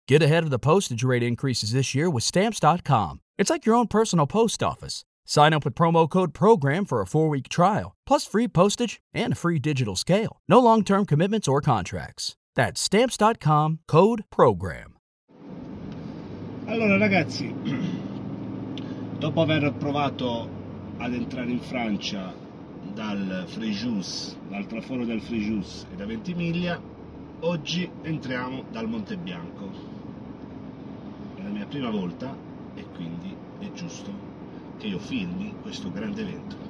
Get ahead of the postage rate increases this year with Stamps.com. It's like your own personal post office. Sign up with promo code PROGRAM for a 4-week trial, plus free postage and a free digital scale. No long-term commitments or contracts. That's Stamps.com, code PROGRAM. Allora ragazzi, dopo aver provato ad entrare in Francia dal Fréjus, dal traforo del Fréjus e da Ventimiglia, oggi entriamo dal Monte Bianco. È la mia prima volta e quindi è giusto che io filmi questo grande evento.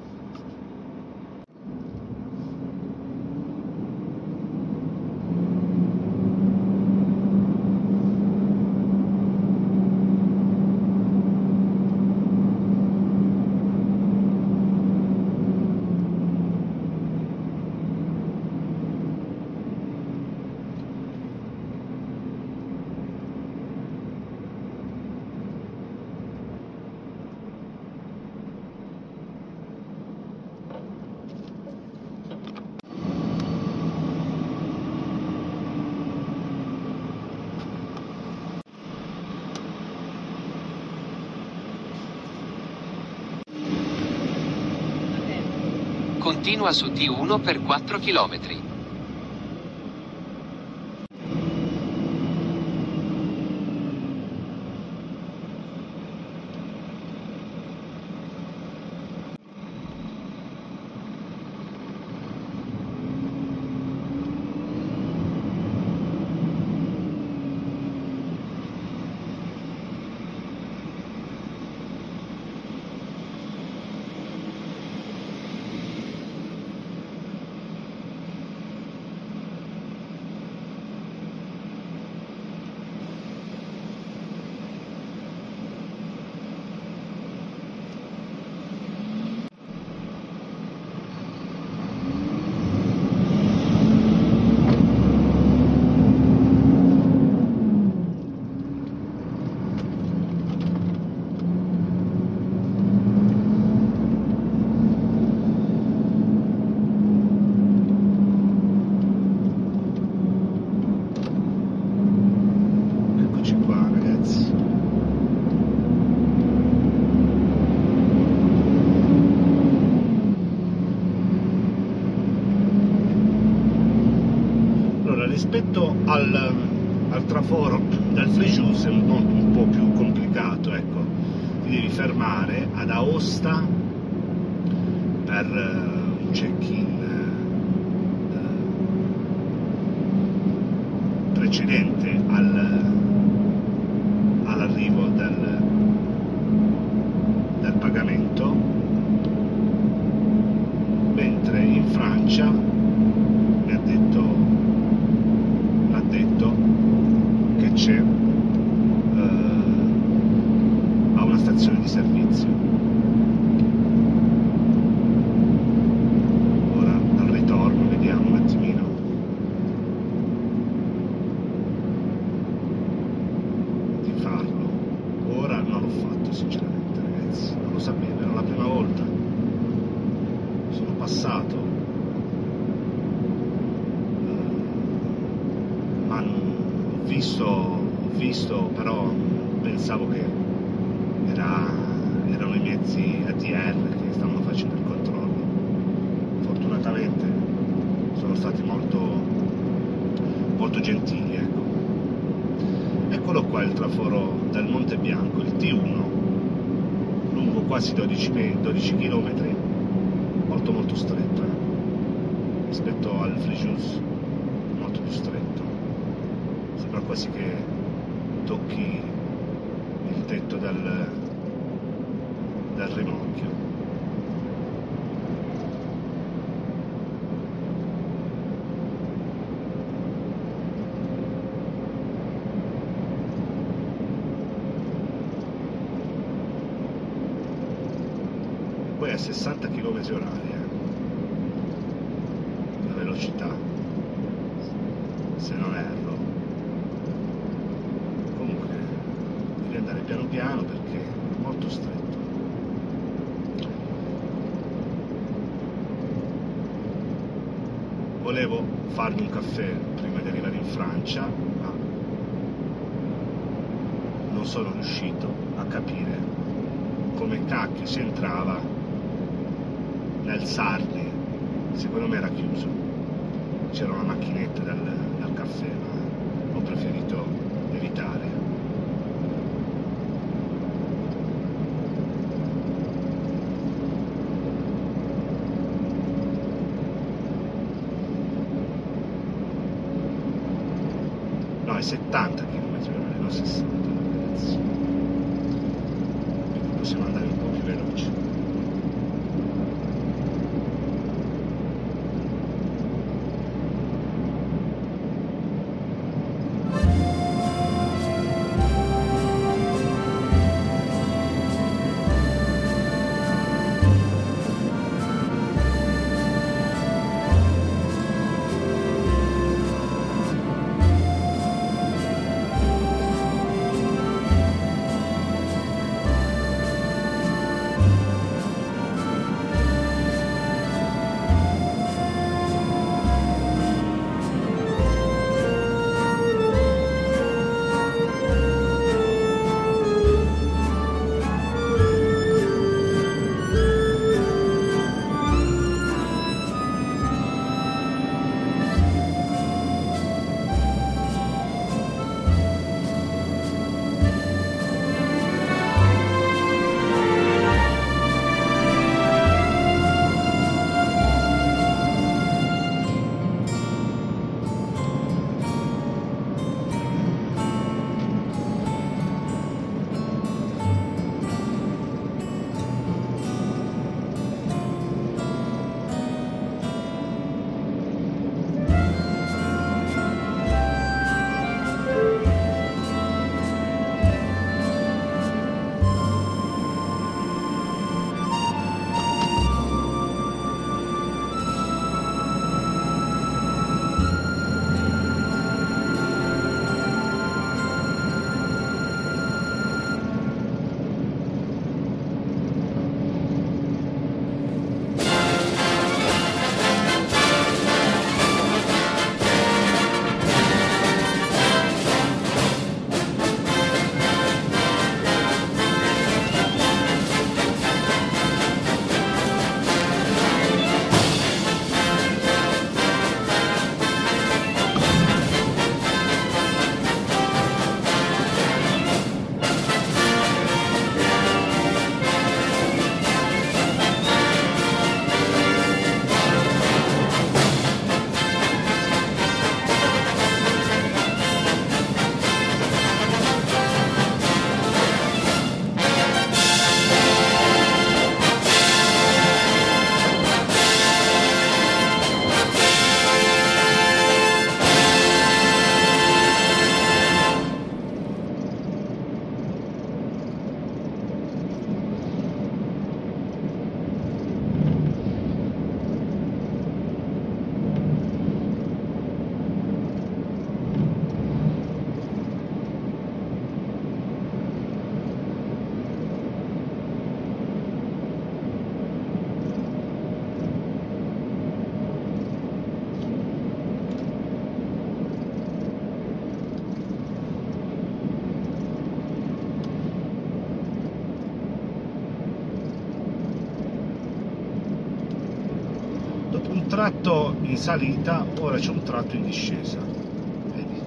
Continua su T1 per 4 km. Rispetto al traforo del Fréjus è un po' più complicato, ecco. Ti devi fermare ad Aosta per un check-in precedente all'arrivo del pagamento, mentre in Francia mi ha detto che c'è a una stazione di servizio. Ora al ritorno vediamo un attimino. Di farlo. Ora non l'ho fatto sinceramente, ragazzi, non lo sapevo, era la prima volta. Sono passato, ma ho visto, però pensavo che erano i mezzi ATR che stavano facendo il controllo. Fortunatamente sono stati molto gentili, ecco. Eccolo qua il traforo del Monte Bianco, il T1, lungo quasi 12 km, molto stretto, rispetto al Fréjus, molto più stretto. Sembra quasi che tocchi il tetto del rimorchio. Poi a 60 km/h la velocità, se non erro. Comunque devi andare piano piano perché è molto stretto. Volevo farmi un caffè prima di arrivare in Francia, ma non sono riuscito a capire come cacchio si entrava nel Sardi. Secondo me era chiuso, c'era una macchinetta dal caffè, ma ho preferito evitare. No, è 70 km/h, non 60, ragazzi. Quindi possiamo andare un po' più veloci. Tratto in salita, ora c'è un tratto in discesa. Vedi?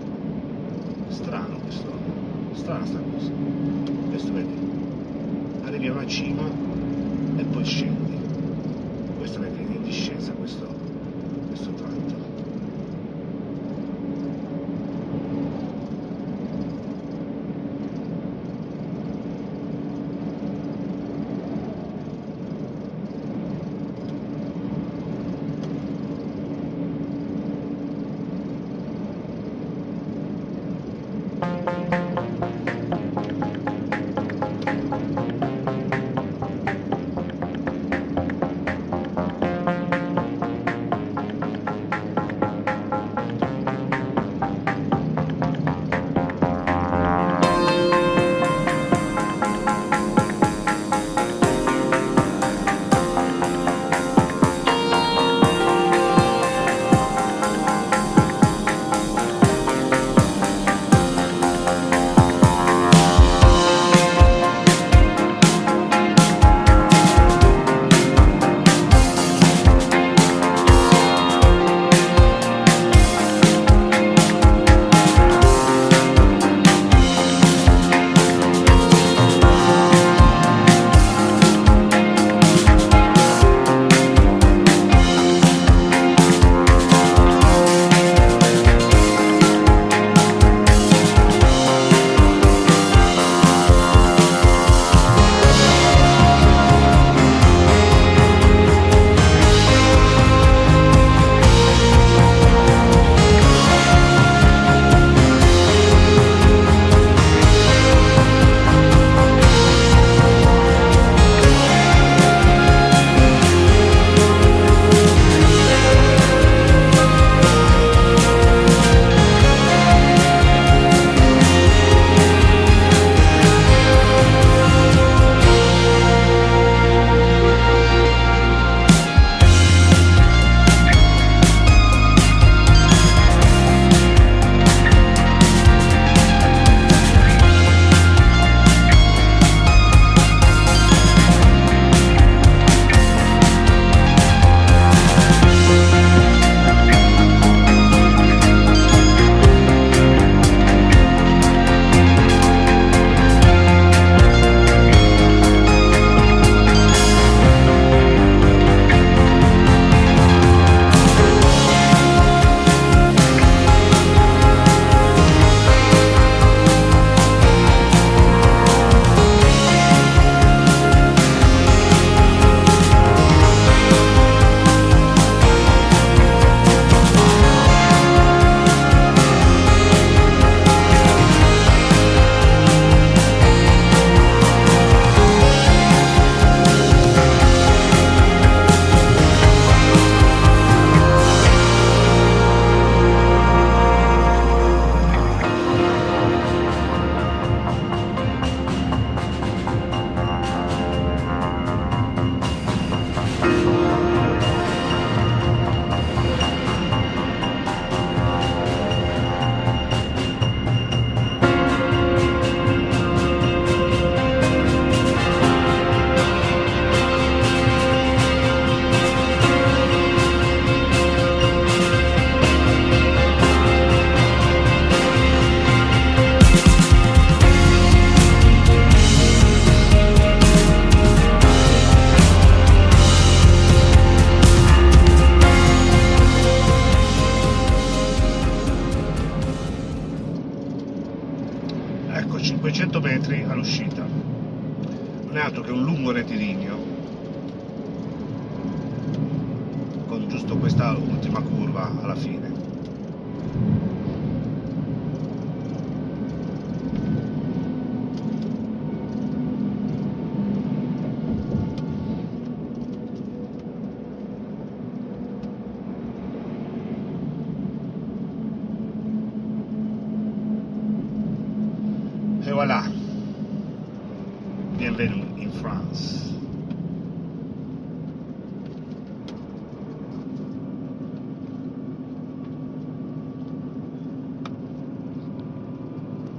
Strano questo, strana sta cosa. Questo vedi? Arrivi a una cima e poi scendi. Questo vedi, è in discesa questo tratto. 500 metri all'uscita. Non è altro che un lungo rettilineo con giusto questa ultima curva alla fine. Et voilà, bienvenue in France.